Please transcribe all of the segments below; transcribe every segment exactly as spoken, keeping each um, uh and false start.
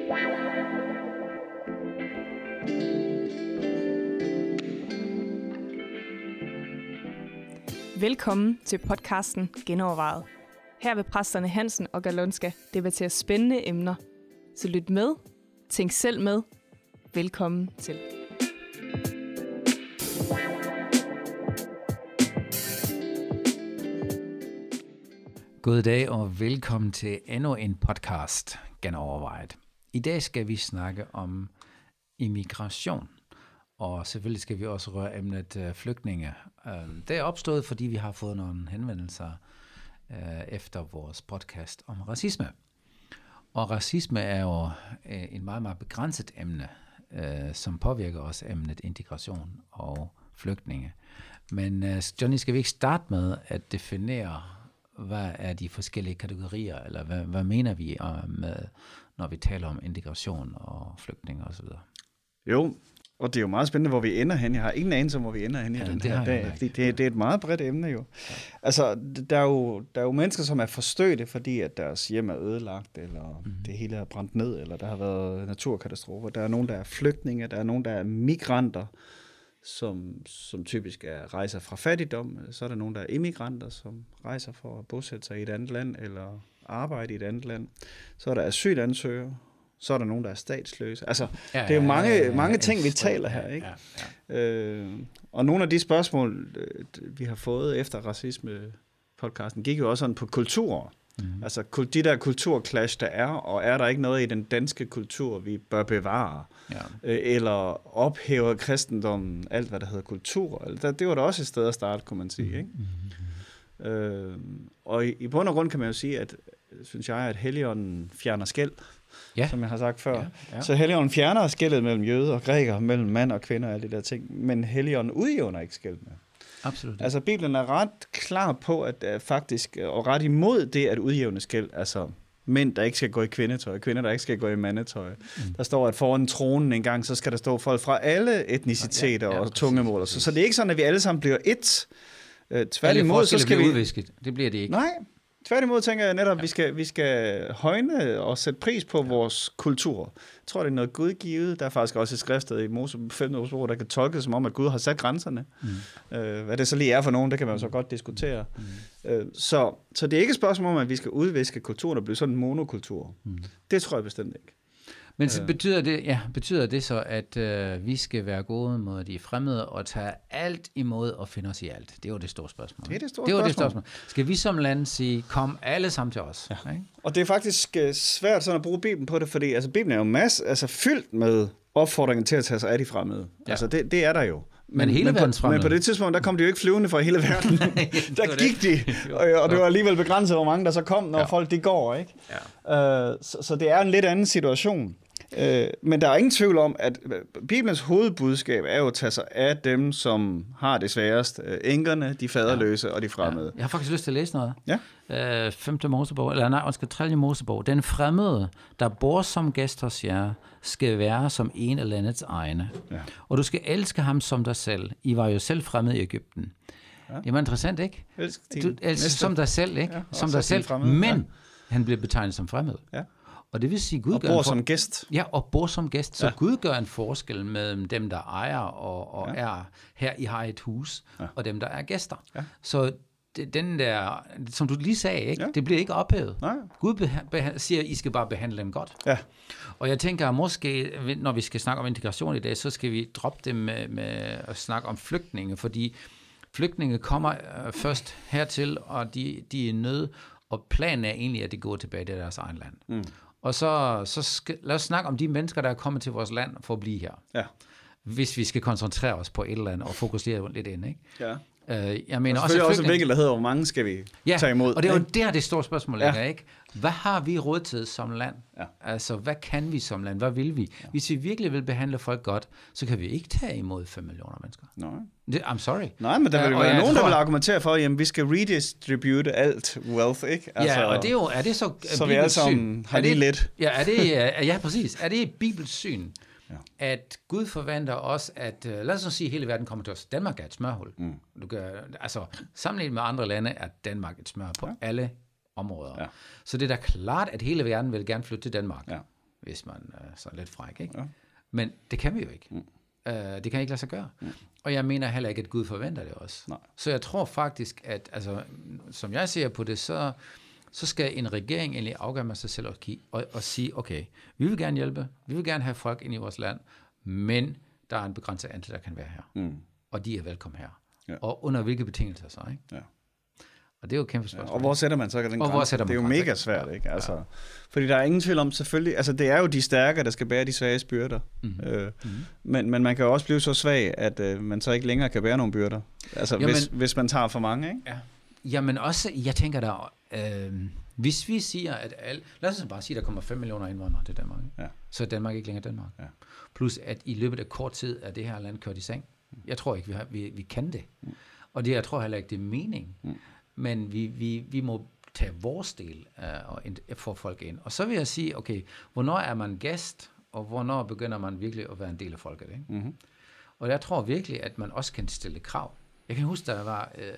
Velkommen til podcasten Genovervejet. Her vil præsterne Hansen og Galonska debattere spændende emner. Så lyt med, tænk selv med. Velkommen til. God dag og velkommen til endnu en podcast, Genovervejet. I dag skal vi snakke om immigration, og selvfølgelig skal vi også røre emnet øh, flygtninge. Det er opstået, fordi vi har fået nogle henvendelser øh, efter vores podcast om racisme. Og racisme er jo øh, en meget, meget begrænset emne, øh, som påvirker også emnet integration og flygtninge. Men øh, Johnny, skal vi ikke starte med at definere, hvad er de forskellige kategorier, eller hvad, hvad mener vi med, når vi taler om integration og flygtninge osv.? Jo, og det er jo meget spændende, hvor vi ender hen. Jeg har ingen anelse om, hvor vi ender hen i ja, den det her dag. Det, det, det er et meget bredt emne jo. Ja. Altså, der er jo, der er jo mennesker, som er forstødte, fordi at deres hjem er ødelagt, eller mm. det hele er brændt ned, eller der har været naturkatastrofer. Der er nogen, der er flygtninge, der er nogen, der er migranter, som, som typisk er rejser fra fattigdom. Så er der nogen, der er immigranter, som rejser for at bosætte sig i et andet land, eller arbejde i et andet land. Så er der asylansøgere. Så er der nogen, der er statsløse. Altså, ja, det er jo mange, ja, ja, ja, mange ting, vi taler her, ikke? Ja, ja. Øh, og nogle af de spørgsmål, vi har fået efter racisme-podcasten, gik jo også sådan på kulturer. Mm-hmm. Altså, de der kulturclash, der er, og er der ikke noget i den danske kultur, vi bør bevare? Ja. Øh, eller ophæver kristendommen alt, hvad der hedder kultur? Det var da også et sted at starte, kunne man sige, ikke? Mm-hmm. Øh, og i, i bund og grund kan man jo sige, at, synes jeg, at Helligånden fjerner skel. Ja. Som jeg har sagt før. Ja, ja. Så Helligånden fjerner skellet mellem jøder og grækere, mellem mand og kvinder og alle de der ting, men Helligånden udjævner ikke skellet med. Absolut. Altså Bibelen er ret klar på, at uh, faktisk, og ret imod det at udjævne skel, altså mænd, der ikke skal gå i kvindetøj, kvinder, der ikke skal gå i mandetøj. Mm. Der står, at foran tronen en gang, så skal der stå folk fra alle etniciteter ja, ja, og tungemål. Så, så det er ikke sådan, at vi alle sammen bliver ét. Uh, tværtimod, så skal vi... udvisket. Det bliver det ikke. Nej. Tværtimod tænker jeg netop, at vi skal, vi skal højne og sætte pris på vores kultur. Jeg tror, det er noget gudgivet. Der er faktisk også et skriftsted i Mose, femte Mosebog, der kan tolkes som om, at Gud har sat grænserne. Mm. Øh, hvad det så lige er for nogen, det kan man jo så godt diskutere. Mm. Øh, så, så det er ikke et spørgsmål om, at vi skal udviske kulturen og blive sådan en monokultur. Mm. Det tror jeg bestemt ikke. Men så betyder det, ja, betyder det så, at øh, vi skal være gode mod de fremmede og tage alt imod og finde os i alt? Det er jo det store spørgsmål. Det er det store, det spørgsmål. Det store spørgsmål. Skal vi som land sige, kom alle sammen til os? Ja. Ikke? Og det er faktisk svært sådan at bruge Bibelen på det, fordi altså, Bibelen er jo masse, altså, fyldt med opfordringen til at tage sig af de fremmede. Ja. Altså det, det er der jo. Men, men, hele men, på, men på det tidspunkt, der kom de jo ikke flyvende fra hele verden. Der gik de, og, og det var alligevel begrænset, hvor mange der så kom, når ja. folk de går. Ikke? Ja. Uh, så, så det er en lidt anden situation. Øh, men der er ingen tvivl om, at Bibelens hovedbudskab er jo at tage sig af dem, som har det sværest. Enkerne, de faderløse ja. og de fremmede. Ja. Jeg har faktisk lyst til at læse noget. Ja. Øh, femte Mosebog, eller nej, undskyld, tredje Mosebog. Den fremmede, der bor som gæst hos jer, skal være som en af landets egne. Ja. Og du skal elske ham som dig selv. I var jo selv fremmede i Egypten. Ja. Det er meget interessant, ikke? Elsk du elsker som dig selv, ikke? Ja, som dig selv, fremmede, men ja. han bliver betegnet som fremmed. Ja. Og det vil sige, Gud og gør bor for... som gæst. Ja, og bor som gæst. Så ja. Gud gør en forskel mellem dem, der ejer og, og ja. er her i har et hus, ja. og dem, der er gæster. Ja. Så det, den der, som du lige sagde, ikke? Ja. Det bliver ikke ophævet. Nej. Gud beha- beha- siger, at I skal bare behandle dem godt. Ja. Og jeg tænker, måske, når vi skal snakke om integration i dag, så skal vi droppe det med, med at snakke om flygtninge, fordi flygtninge kommer øh, først hertil, og de, de er nødt, og planen er egentlig, at de går tilbage til deres egen land. Mm. Og så, så skal, lad os snakke om de mennesker, der er kommet til vores land for at blive her. Ja. Hvis vi skal koncentrere os på et eller andet og fokusere lidt ind, ikke? Ja. Uh, jeg mener og selvfølgelig også, også en vinkel, der hedder, hvor mange skal vi ja, tage imod? Og det er jo der, det store spørgsmål ligger, ja. ikke? Hvad har vi råd til som land? Ja. Altså, hvad kan vi som land? Hvad vil vi? Ja. Hvis vi virkelig vil behandle folk godt, så kan vi ikke tage imod fem millioner mennesker. Nej. Det, I'm sorry. Nej, men der vil uh, være nogen, tror, der vil argumentere for, at vi skal redistribute alt wealth, ikke? Altså, ja, og det er jo, er det så så vi alle sammen har lige lidt. Ja, er det, ja, præcis. Er det et bibelsk syn? Ja. At Gud forventer også, at, uh, lad os nu sige, at hele verden kommer til os. Danmark er et smørhul. Mm. Du kan, altså, sammenlignet med andre lande er Danmark et smør på ja. alle områder. Ja. Så det er da klart, at hele verden vil gerne flytte til Danmark. Ja. hvis man er så lidt fræk, ikke? Ja. Men det kan vi jo ikke. Mm. Uh, det kan ikke lade sig gøre. Mm. Og jeg mener heller ikke, at Gud forventer det også. Nej. Så jeg tror faktisk, at altså, som jeg ser på det, så, så skal en regering egentlig afgøre med sig selv og, og, og sige, okay, vi vil gerne hjælpe, vi vil gerne have folk ind i vores land, men der er en begrænset antal, der kan være her. Mm. Og de er velkommen her. Ja. Og under hvilke betingelser så, ikke? Ja. Og det er jo et kæmpe spørgsmål. Ja, og hvor sætter man så den grænse? Det er jo mega svært, ikke? Altså, ja. Fordi der er ingen tvivl om, selvfølgelig, altså det er jo de stærke, der skal bære de svage byrder. Mm-hmm. Øh, mm-hmm. men, men man kan jo også blive så svag, at øh, man så ikke længere kan bære nogle byrder. Altså Jamen, hvis, hvis man tager for mange, ikke? Ja. Jamen også, jeg tænker der, øh, hvis vi siger, at alle, lad os bare sige, at der kommer fem millioner indvandrere til Danmark, ja. Så er Danmark ikke længere Danmark. Ja. Plus at i løbet af kort tid er det her land kørt i seng. Jeg tror ikke, vi, har, vi, vi kan det. Mm. Og det, jeg tror heller ikke, det er mening. Mm. Men vi, vi, vi må tage vores del uh, og få folk ind. Og så vil jeg sige, okay, hvornår er man gæst, og hvornår begynder man virkelig at være en del af folket, ikke? Mm-hmm. Og jeg tror virkelig, at man også kan stille krav. Jeg kan huske, da jeg var øh,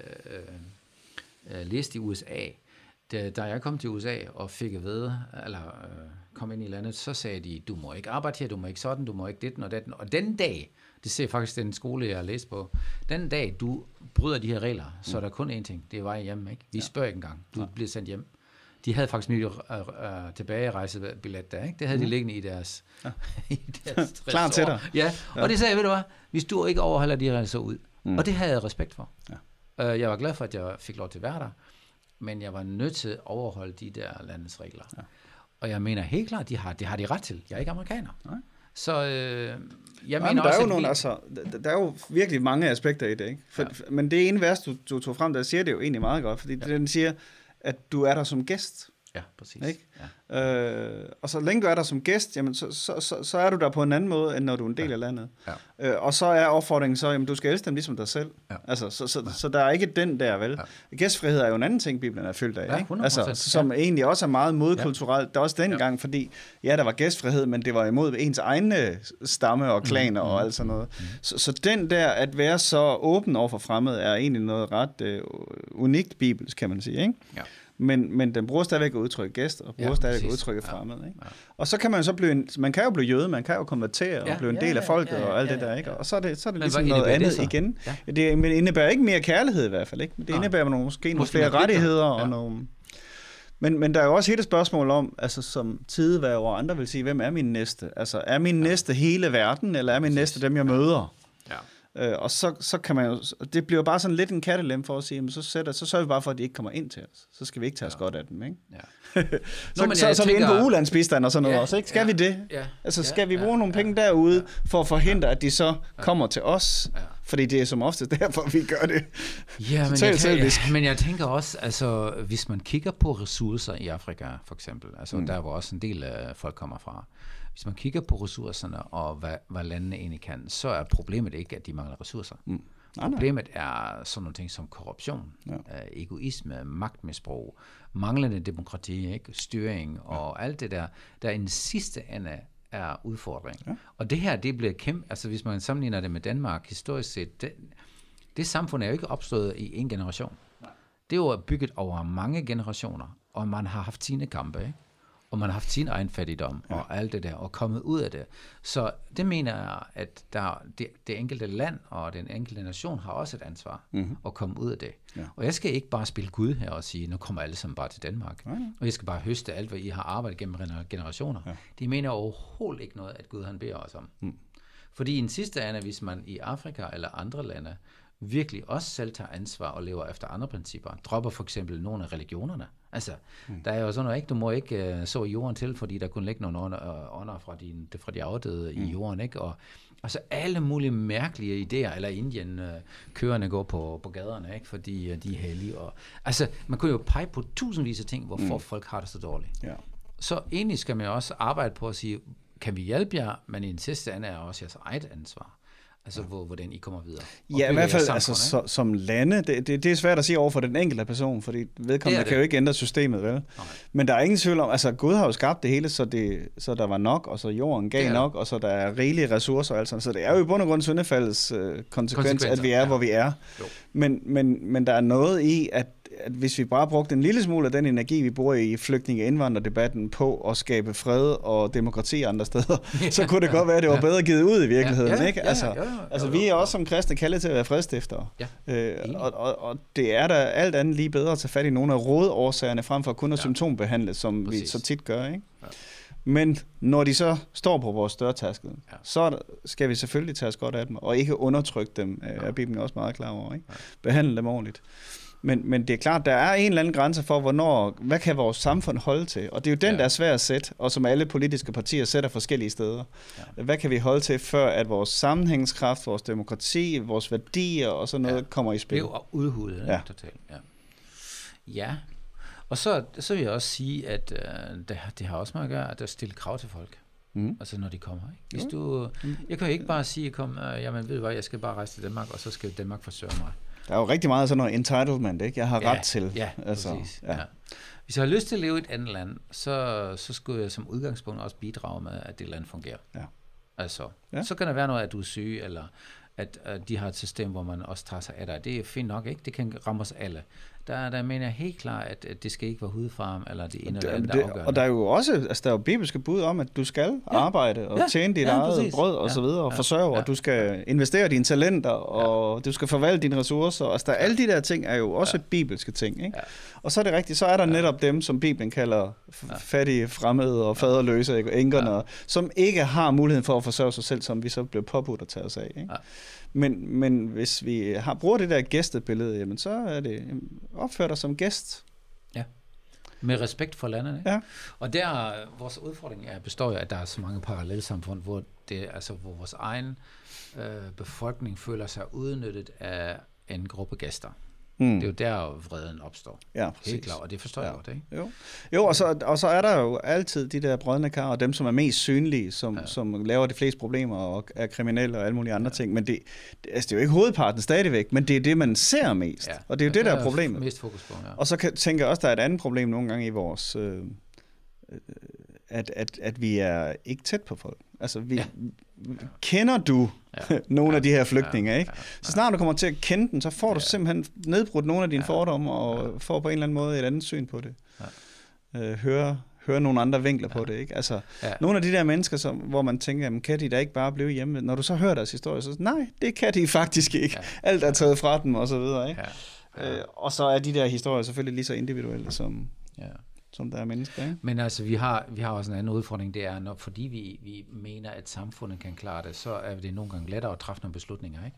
øh, læst i U S A, da, da jeg kom til U S A og fik at vide, eller øh, kom ind i landet, så sagde de, du må ikke arbejde her, du må ikke sådan, du må ikke ditten og datten. Og den dag, det ser faktisk den skole, jeg har læst på, den dag, du bryder de her regler, så er der kun én ting, det er vej hjem, ikke? Vi ja. spørger ikke engang, du ja. bliver sendt hjem. De havde faktisk nyt uh, uh, tilbagerejsebillet der, ikke? Det havde mm. de liggende i deres... Ja. i deres Klar til dig. Ja, og ja. det sagde jeg, ved du hvad, hvis du ikke overholder de regler, så ud. Mm. Og det havde jeg respekt for. Ja. Uh, jeg var glad for, at jeg fik lov til at være der, men jeg var nødt til at overholde de der landets regler. Ja. Og jeg mener helt klart, de har, det har de ret til. Jeg er ikke amerikaner. Nej. Så øh, jeg ja, mener men der også, er jo nogle, vi... altså, der, der er jo virkelig mange aspekter i det, ikke? For, ja. Men det ene vers, du, du tog frem, der siger det jo egentlig meget godt, fordi ja. den siger, at du er der som gæst. Ja, præcis. Ikke? Ja. Øh, og så længe du er der som gæst, jamen, så, så, så, så er du der på en anden måde, end når du er en del ja. af landet. Ja. Øh, og så er opfordringen så, jamen du skal elske dem ligesom dig selv. Ja. Altså, så, så, ja. så der er ikke den der, vel? Ja. Gæstfrihed er jo en anden ting, Bibelen er fyldt af, ja, ikke? Altså, som ja. egentlig også er meget modkulturelt. Der er også dengang, ja. fordi ja, der var gæstfrihed, men det var imod ens egne stamme og klaner mm. og alt sådan noget. Mm. Så, så den der, at være så åben over for fremmede, er egentlig noget ret øh, unikt bibelsk, kan man sige, ikke? Ja. Men, men den bruger stadigvæk at udtrykke gæst, og bruger ja, stadigvæk at udtrykke fremmed. Ikke? Ja. Og så kan man så blive, en, man kan jo blive jøde, man kan jo konvertere og ja, blive en del ja, af folket ja, ja, og alt ja, ja, det der, ikke? Og så er det, så er det ligesom noget andet igen. Ja. Det indebærer ikke mere kærlighed i hvert fald, ikke? Det indebærer nogle, måske nogle flere rettigheder ja. og nogle... Men, men der er jo også hele spørgsmål om, altså som tideværger og andre vil sige, hvem er min næste? Altså er min ja. næste hele verden, eller er min næste dem, jeg møder? Ja. Øh, og så, så kan man jo, det bliver bare sådan lidt en kattelem for at sige, men så, sætter, så sørger vi bare for, at de ikke kommer ind til os. Så skal vi ikke tage os ja. godt af dem, ikke? Ja. så, Nå, så, så er vi inde på ulandsbistand og sådan noget ja, også, ikke? Skal ja, vi det? Ja, altså skal ja, vi bruge ja, nogle penge ja, derude, ja, for at forhindre, at de så kommer til os? Ja. Fordi det er som ofte derfor, vi gør det. Ja, men, jeg, kan, ja, men jeg tænker også, altså hvis man kigger på ressourcer i Afrika, for eksempel, altså mm. der hvor også en del af folk kommer fra, hvis man kigger på ressourcerne og hvad, hvad landene egentlig kan, så er problemet ikke, at de mangler ressourcer. Mm. Nej, problemet nej. er sådan nogle ting som korruption, ja. øh, egoisme, magtmisbrug, manglende demokrati, ikke? styring ja. og alt det der, der i den sidste ende er udfordring. Ja. Og det her, det bliver kæmpe, altså hvis man sammenligner det med Danmark historisk set, det, det samfund er jo ikke opstået i en generation. Nej. Det er jo bygget over mange generationer, og man har haft sine kampe, ikke? Og man har haft sin egen fattigdom ja. og alt det der, og kommet ud af det. Så det mener jeg, at der, det, det enkelte land og den enkelte nation har også et ansvar mm-hmm. at komme ud af det. Ja. Og jeg skal ikke bare spille Gud her og sige, nu kommer alle sammen bare til Danmark. Ja. Og jeg skal bare høste alt, hvad I har arbejdet gennem generationer. Ja. De mener overhovedet ikke noget, at Gud han beder os om. Mm. Fordi i en sidste ende, hvis man i Afrika eller andre lande virkelig også selv tager ansvar og lever efter andre principper, dropper for eksempel nogle af religionerne. Altså, mm. der er jo sådan noget, ikke? Du må ikke uh, så i jorden til, fordi der kunne ligge nogle ånder, ånder fra, din, fra de afdøde mm. i jorden, ikke? Og altså alle mulige mærkelige idéer, eller Indien, uh, køerne går på, på gaderne, ikke? Fordi uh, de er hellige. Og, altså, man kunne jo pege på tusindvis af ting, hvorfor mm. folk har det så dårligt. Ja. Så egentlig skal man jo også arbejde på at sige, kan vi hjælpe jer, men i den sidste ende er også jeres eget ansvar. Altså, ja. hvor, hvordan I kommer videre. Ja, i hvert fald altså, så, som lande, det, det, det er svært at sige over for den enkelte person, fordi vedkommende det kan jo ikke ændre systemet, vel? Nej. Men der er ingen tvivl om, altså Gud har jo skabt det hele, så, det, så der var nok, og så jorden gav nok, og så der er rigelige ressourcer og alt sådan. Så det er jo i bund og grund syndefaldets øh, konsekvens, at vi er, ja. hvor vi er. Men, men, men der er noget i, at at hvis vi bare brugte en lille smule af den energi, vi bruger i flygtninge- og indvandrerdebatten på at skabe fred og demokrati andre steder, ja, så kunne det godt være, at det var bedre givet ud i virkeligheden. Ja, ja, ikke? Altså, ja, ja, ja, ja, altså vi er også som kristne kaldet til at være fredstiftere. Ja, øh, og, og, og det er da alt andet lige bedre at tage fat i nogle af rådårsagerne, frem for kun at ja. symptombehandle, som Præcis. vi så tit gør. Ikke? Ja. Men når de så står på vores dørtærskel, ja. så skal vi selvfølgelig tage os godt af dem, og ikke undertrykke dem, ja. er Bibelen også meget klar over. Ikke? Ja. Behandle dem ordentligt. Men, men det er klart, der er en eller anden grænse for, hvornår, hvad kan vores samfund holde til? Og det er jo den, ja. der er svær at sætte, og som alle politiske partier sætter forskellige steder. Ja. Hvad kan vi holde til, før at vores sammenhængskraft, vores demokrati, vores værdier og sådan noget ja. kommer i spil? Det er jo udhulet, ja. totalt. Ja. ja. Og så, så vil jeg også sige, at øh, det, det har også meget at gøre, at der stiller krav til folk. Mm. Altså når de kommer. Ikke? Hvis du, jeg kan jo ikke bare sige, kom, øh, jamen ved du hvad, jeg skal bare rejse til Danmark, og så skal Danmark forsørge mig. Der er jo rigtig meget sådan noget entitlement, ikke? Jeg har ja, ret til. Ja, altså, præcis. Ja. Ja. Hvis jeg har lyst til at leve i et andet land, så, så skulle jeg som udgangspunkt også bidrage med, at det land fungerer. Ja. Altså, ja. Så kan der være noget, at du er syg, eller at, at de har et system, hvor man også tager sig af dig. Det er fint nok, ikke? Det kan ramme os alle. Der, der mener jeg helt klart, at, at det skal ikke være hudfarm, eller det ene eller andet, der afgørende. Og der er jo også, altså der er jo bibelske bud om, at du skal ja. arbejde og ja. tjene dit ja, eget præcis. brød og ja. så videre, og ja. forsørge, ja. og du skal investere dine talenter, og ja. du skal forvalte dine ressourcer. Altså der, ja. alle de der ting er jo også ja. bibelske ting, ikke? Ja. Og så er det rigtigt, så er der ja. netop dem, som Bibelen kalder fattige, fremmede og faderløse, ikke? Enkerne, ja. som ikke har muligheden for at forsørge sig selv, som vi så bliver påbudt at tage os af, ikke? Ja. Men, men hvis vi har bruger det der gæstebillede, jamen så er det opført dig som gæst. Ja, med respekt for landene. Ja. Og der, vores udfordring er, består jo, at der er så mange parallelsamfund, hvor, det, altså, hvor vores egen øh, befolkning føler sig udnyttet af en gruppe gæster. Mm. Det er jo der, vreden opstår. Ja, præcis. Helt klart, og det forstår ja. jeg godt, ikke? Jo, jo og, så, og så er der jo altid de der brodne kar, og dem, som er mest synlige, som, ja. som laver de fleste problemer, og er kriminelle og alle mulige andre ja. ting. Men det, det, altså, det er jo ikke hovedparten stadigvæk, men det er det, man ser mest. Ja. Og det er jo ja, det, der er problemet. Mest fokus på, ja. Og så kan, tænker jeg også, der er et andet problem nogle gange i vores... Øh, at, at, at vi er ikke tæt på folk. Altså, vi, ja. kender du ja. nogle ja. af de her flygtninge, ja. ikke? Ja. Ja. Så snart du kommer til at kende dem, så får du ja. simpelthen nedbrudt nogle af dine ja. fordomme, og ja. får på en eller anden måde et andet syn på det. Ja. Øh, høre, høre nogle andre vinkler ja. på det, ikke? Altså, ja. nogle af de der mennesker, som, hvor man tænker, jamen, kan de da ikke bare blive hjemme? Når du så hører deres historie, så nej, det kan de faktisk ikke. Ja. Alt er taget fra dem, og så videre, ikke? Ja. Ja. Øh, og så er de der historier selvfølgelig lige så individuelle, som... Ja. som der er mennesker, ikke? Men altså, vi har, vi har også en anden udfordring, det er, når, fordi vi, vi mener, at samfundet kan klare det, så er det nogle gange lettere at træffe nogle beslutninger, ikke?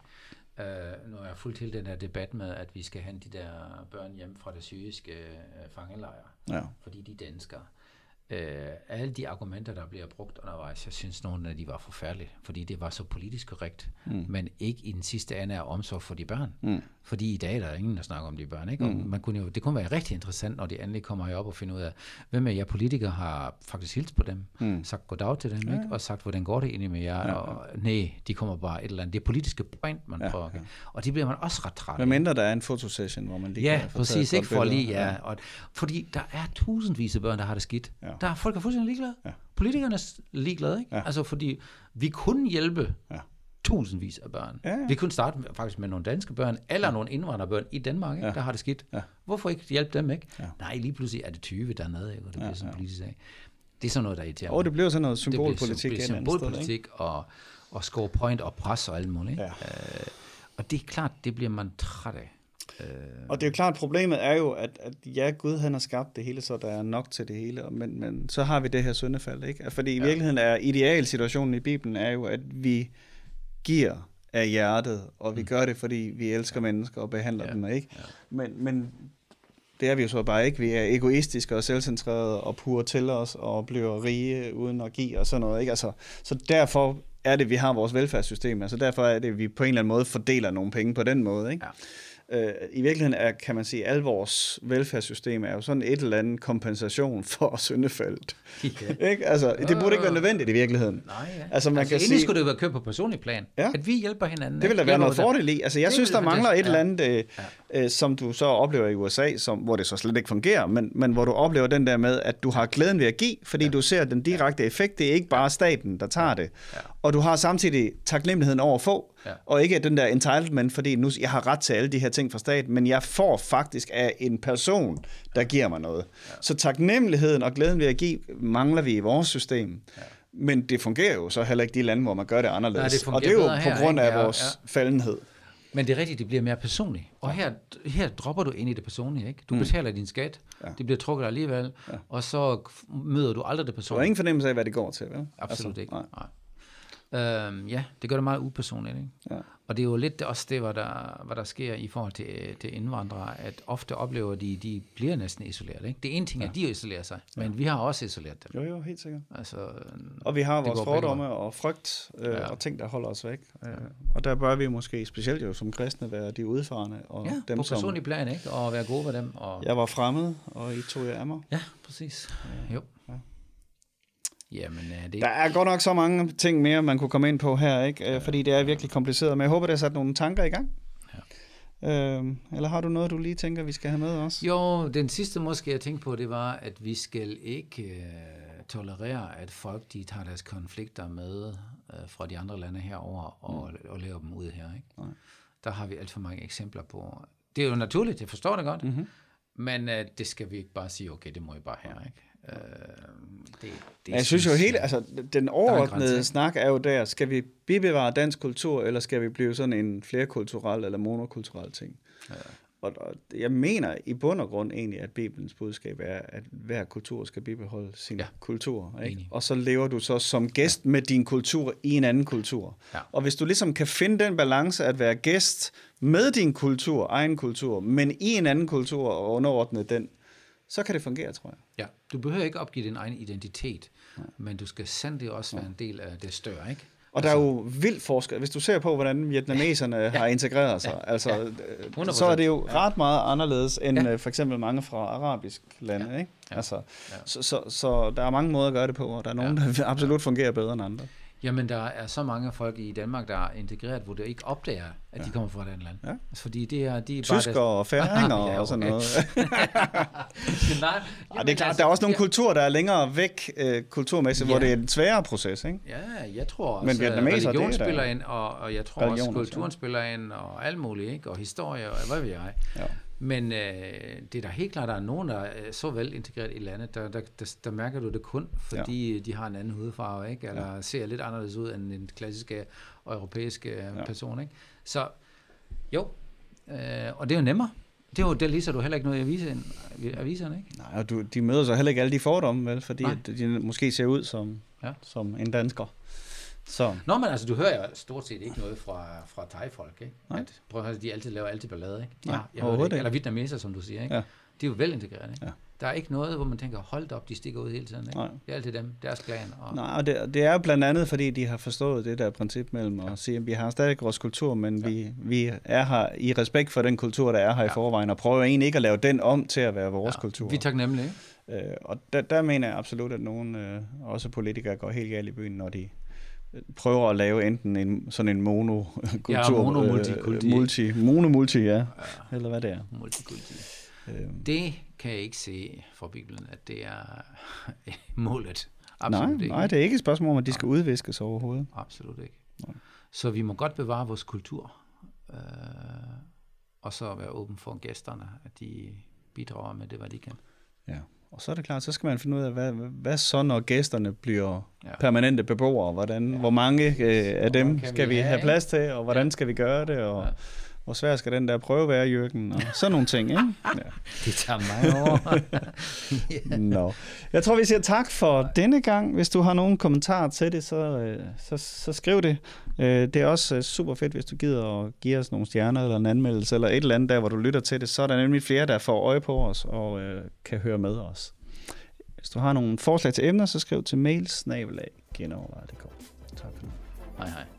Uh, nu er jeg fuldt til den der debat med, at vi skal hente de der børn hjem fra det syriske uh, fangelejre, ja. fordi de er danskere. Uh, alle de argumenter, der bliver brugt undervejs, jeg synes, nogle af de var forfærdelige, fordi det var så politisk korrekt, mm. men ikke i den sidste ende af omsorg for de børn. Mm. Fordi i dag der er ingen, der snakker om de børn, ikke? Og mm. man kunne jo, det kunne være rigtig interessant, når de endelig kommer herop og finder ud af, hvem af jer politikere har faktisk hilst på dem, mm. sagt goddag til dem, ja. ikke? Og sagt, hvordan går det egentlig med jer, ja, ja. og nej, de kommer bare et eller andet. Det er politiske point, man ja, prøver. Ja. Og det bliver man også ret træt. Hvad mindre der er en fotosession, hvor man lige ja, kan få præcis, ikke for lige, ja. ja. Og, fordi der er tusindvis af børn, der har det skidt. Ja. Der er folk, der er fuldstændig ligeglade. Ja. Politikerne er ligeglade, ikke? Ja. Altså, fordi vi kunne hjælpe ja. tusindvis af børn. Ja, ja. Vi kunne starte med, faktisk med nogle danske børn, eller ja. nogle indvandrerbørn i Danmark, ikke? Ja. Der har det skidt. Ja. Hvorfor ikke hjælpe dem, ikke? Ja. Nej, lige pludselig er det tyve dernede, ikke? Og det bliver ja, sådan ja. politisk sag. Det er sådan noget, der irriterer mig. Og det bliver sådan noget symbolpolitik. Det bliver symbolpolitik sted, og, og score point og pres og alt muligt. Ja. Øh, og det er klart, det bliver man træt af. Og det er jo klart, problemet er jo, at, at ja, Gud han har skabt det hele, så der er nok til det hele, men, men så har vi det her syndefald, ikke? Fordi i ja. virkeligheden er idealsituationen i Bibelen er jo, at vi giver af hjertet, og vi mm. gør det, fordi vi elsker mennesker og behandler ja. dem, ikke? Ja. Men, men det er vi jo så bare ikke. Vi er egoistiske og selvcentrerede og purer til os og bliver rige uden at give og sådan noget, ikke? Altså, så derfor er det, vi har vores velfærdssystem. Altså derfor er det, vi på en eller anden måde fordeler nogle penge på den måde, ikke? Ja. I virkeligheden er, kan man sige, at al vores velfærdssystem er jo sådan et eller andet kompensation for syndefaldet. Ja. Ikke? Altså, det burde ikke være nødvendigt i virkeligheden. Nej, ja. Altså, man altså, kan sige, skulle det være købt på personlig plan. Ja. At vi hjælper hinanden. Det vil der være noget fordel i. Altså, jeg det synes, der mangler et ja. eller andet, øh, ja. som du så oplever i U S A, som, hvor det så slet ikke fungerer, men, men hvor du oplever den der med, at du har glæden ved at give, fordi ja. du ser den direkte effekt. Det er ikke bare staten, der tager det. Ja. og du har samtidig taknemmeligheden over at få, ja. og ikke den der entitlement, fordi nu jeg har ret til alle de her ting fra staten, men jeg får faktisk af en person, der giver mig noget. Ja. Så taknemmeligheden og glæden ved at give, mangler vi i vores system. Ja. Men det fungerer jo så heller ikke i de lande, hvor man gør det anderledes. Nej, det og det er jo på grund af her, vores ja. faldenhed. Men det er rigtigt, det bliver mere personligt. Og her, her dropper du ind i det personlige, ikke? Du mm. betaler din skat, ja. det bliver trukket alligevel, ja. og så møder du aldrig det personlige. Du har ingen fornemmelse af, hvad det går til, vel? Absolut altså, ikke. Nej. Nej. Øhm, ja, det gør det meget upersonligt, ikke? Ja. Og det er jo lidt også det, hvad der, hvad der sker i forhold til, til indvandrere, at ofte oplever de, de bliver næsten isoleret, ikke? Det ene ting er, at de isolerer sig, ja. men vi har også isoleret dem. Jo, jo, helt sikkert. Altså, og vi har vores fordomme og frygt øh, ja. og ting, der holder os væk. Ja. Og der bør vi måske, specielt jo som kristne, være de udfarende. Og ja, dem, på personlig plan, ikke? Og være gode ved dem. Og... Jeg var fremmed, og I tog jer af mig. Ja, præcis. Ja. Jo. Ja. Jamen, det... Der er godt nok så mange ting mere, man kunne komme ind på her, ikke? Ja, fordi det er virkelig kompliceret, men jeg håber, det har sat nogle tanker i gang. Ja. Øhm, eller har du noget, du lige tænker, vi skal have med os? Jo, den sidste måske, jeg tænkte på, det var, at vi skal ikke uh, tolerere, at folk, de tager deres konflikter med uh, fra de andre lande herover og, mm. og laver dem ud her, ikke? Nej. Der har vi alt for mange eksempler på. Det er jo naturligt, jeg forstår det godt, mm-hmm. men uh, det skal vi ikke bare sige, okay, det må I bare her, ikke? Uh, det, det jeg synes jo helt, altså den overordnede snak er jo der, skal vi bibevare dansk kultur, eller skal vi blive sådan en flerkulturel eller monokulturel ting? Ja. Og, og jeg mener i bund og grund egentlig, at Bibelens budskab er, at hver kultur skal bibeholde sin ja. kultur. Ikke? Og så lever du så som gæst ja. med din kultur i en anden kultur. Ja. Og hvis du ligesom kan finde den balance at være gæst med din kultur, egen kultur, men i en anden kultur og underordne den, så kan det fungere, tror jeg. Ja, du behøver ikke opgive din egen identitet, ja. men du skal sandelig også være en del af det større, ikke? Og altså, der er jo vild forskel. Hvis du ser på, hvordan vietnameserne ja. har integreret sig, ja. altså, ja. så er det jo ret meget anderledes end ja. for eksempel mange fra arabisk lande, ja. ikke? Ja. Altså, ja. Så, så, så der er mange måder at gøre det på, og der er nogen, ja. der absolut fungerer bedre end andre. Jamen, der er så mange folk i Danmark, der er integreret, hvor det ikke opdager, at ja. de kommer fra et andet land. Ja. Altså, fordi det er... De er Tysker bare og færinger ja, okay. og sådan noget. Nej, ja, det er klart, altså, der er også nogle ja. kulturer, der er længere væk øh, kulturmæssigt, ja. hvor det er en sværere proces, ikke? Ja, jeg tror også, at religion spiller ind, og, og jeg tror religion, også, kulturen ja. spiller ind, og alt muligt, ikke? Og historie, og hvad ved jeg. Ja. Men øh, det er da helt klart, at der er nogen, der er så vel integreret i landet, der, der, der, der mærker du det kun, fordi ja. de har en anden hudfarve, ikke? Eller ja. ser lidt anderledes ud end en klassiske europæiske ja. person, ikke? Så jo, øh, og det er jo nemmere. Det, er jo, det læser du heller ikke noget i avisen, aviserne, ikke? Nej, og du, de møder så heller ikke alle de fordomme, vel? Fordi at de måske ser ud som, ja. som en dansker. Så. Nå, men altså, du hører jo stort set ikke noget fra, fra thai-folk, ikke? At, prøv at høre, de altid laver altid ballade, ikke? De, Nej, jeg hører det ikke. Eller vietnameser, som du siger, ikke? Ja. De er jo velintegrerede, ikke? Ja. Der er ikke noget, hvor man tænker, hold op, de stikker ud hele tiden, ikke? Nej. Det er altid dem, deres klan. Og... Nej, og det, det er jo blandt andet, fordi de har forstået det der princip mellem ja. at sige, at vi har stadig vores kultur, men ja. vi, vi er her i respekt for den kultur, der er her ja. i forvejen, og prøver egentlig ikke at lave den om til at være vores ja. kultur. Vi er taknemmelige, ikke? Øh, og der, der mener jeg absolut, at nogen, øh, også politikere, går helt galt i byen, når de prøver at lave enten en sådan en monokultur, ja, mono multikulti, øh, multi, mono multi, ja. ja, eller hvad det er. Multikulti. Øhm. Det kan jeg ikke se fra Bibelen, at det er målet. Absolut nej, ikke. Nej, det er ikke et spørgsmål om, at de skal udviskes overhovedet. Absolut ikke. Nej. Så vi må godt bevare vores kultur, øh, og så være åben for gæsterne, at de bidrager med det, hvad de kan. Ja. Og så er det klart, så skal man finde ud af, hvad, hvad så, når gæsterne bliver ja. permanente beboere? Hvordan, ja. Hvor mange øh, af dem skal vi have, have plads til, og hvordan ja. skal vi gøre det? Og ja. hvor svær skal den der prøve være, Jørgen? Og sådan nogle ting, ikke? Ja. Det tager mig over. yeah. no. Jeg tror, vi siger tak for Nej. denne gang. Hvis du har nogle kommentarer til det, så, så, så skriv det. Det er også super fedt, hvis du gider at give os nogle stjerner eller en anmeldelse, eller et eller andet der, hvor du lytter til det. Så er der nemlig flere, der får øje på os og øh, kan høre med os. Hvis du har nogle forslag til emner, så skriv til mail snabel-a genovervejet punktum d k. Tak for nu. Hej hej.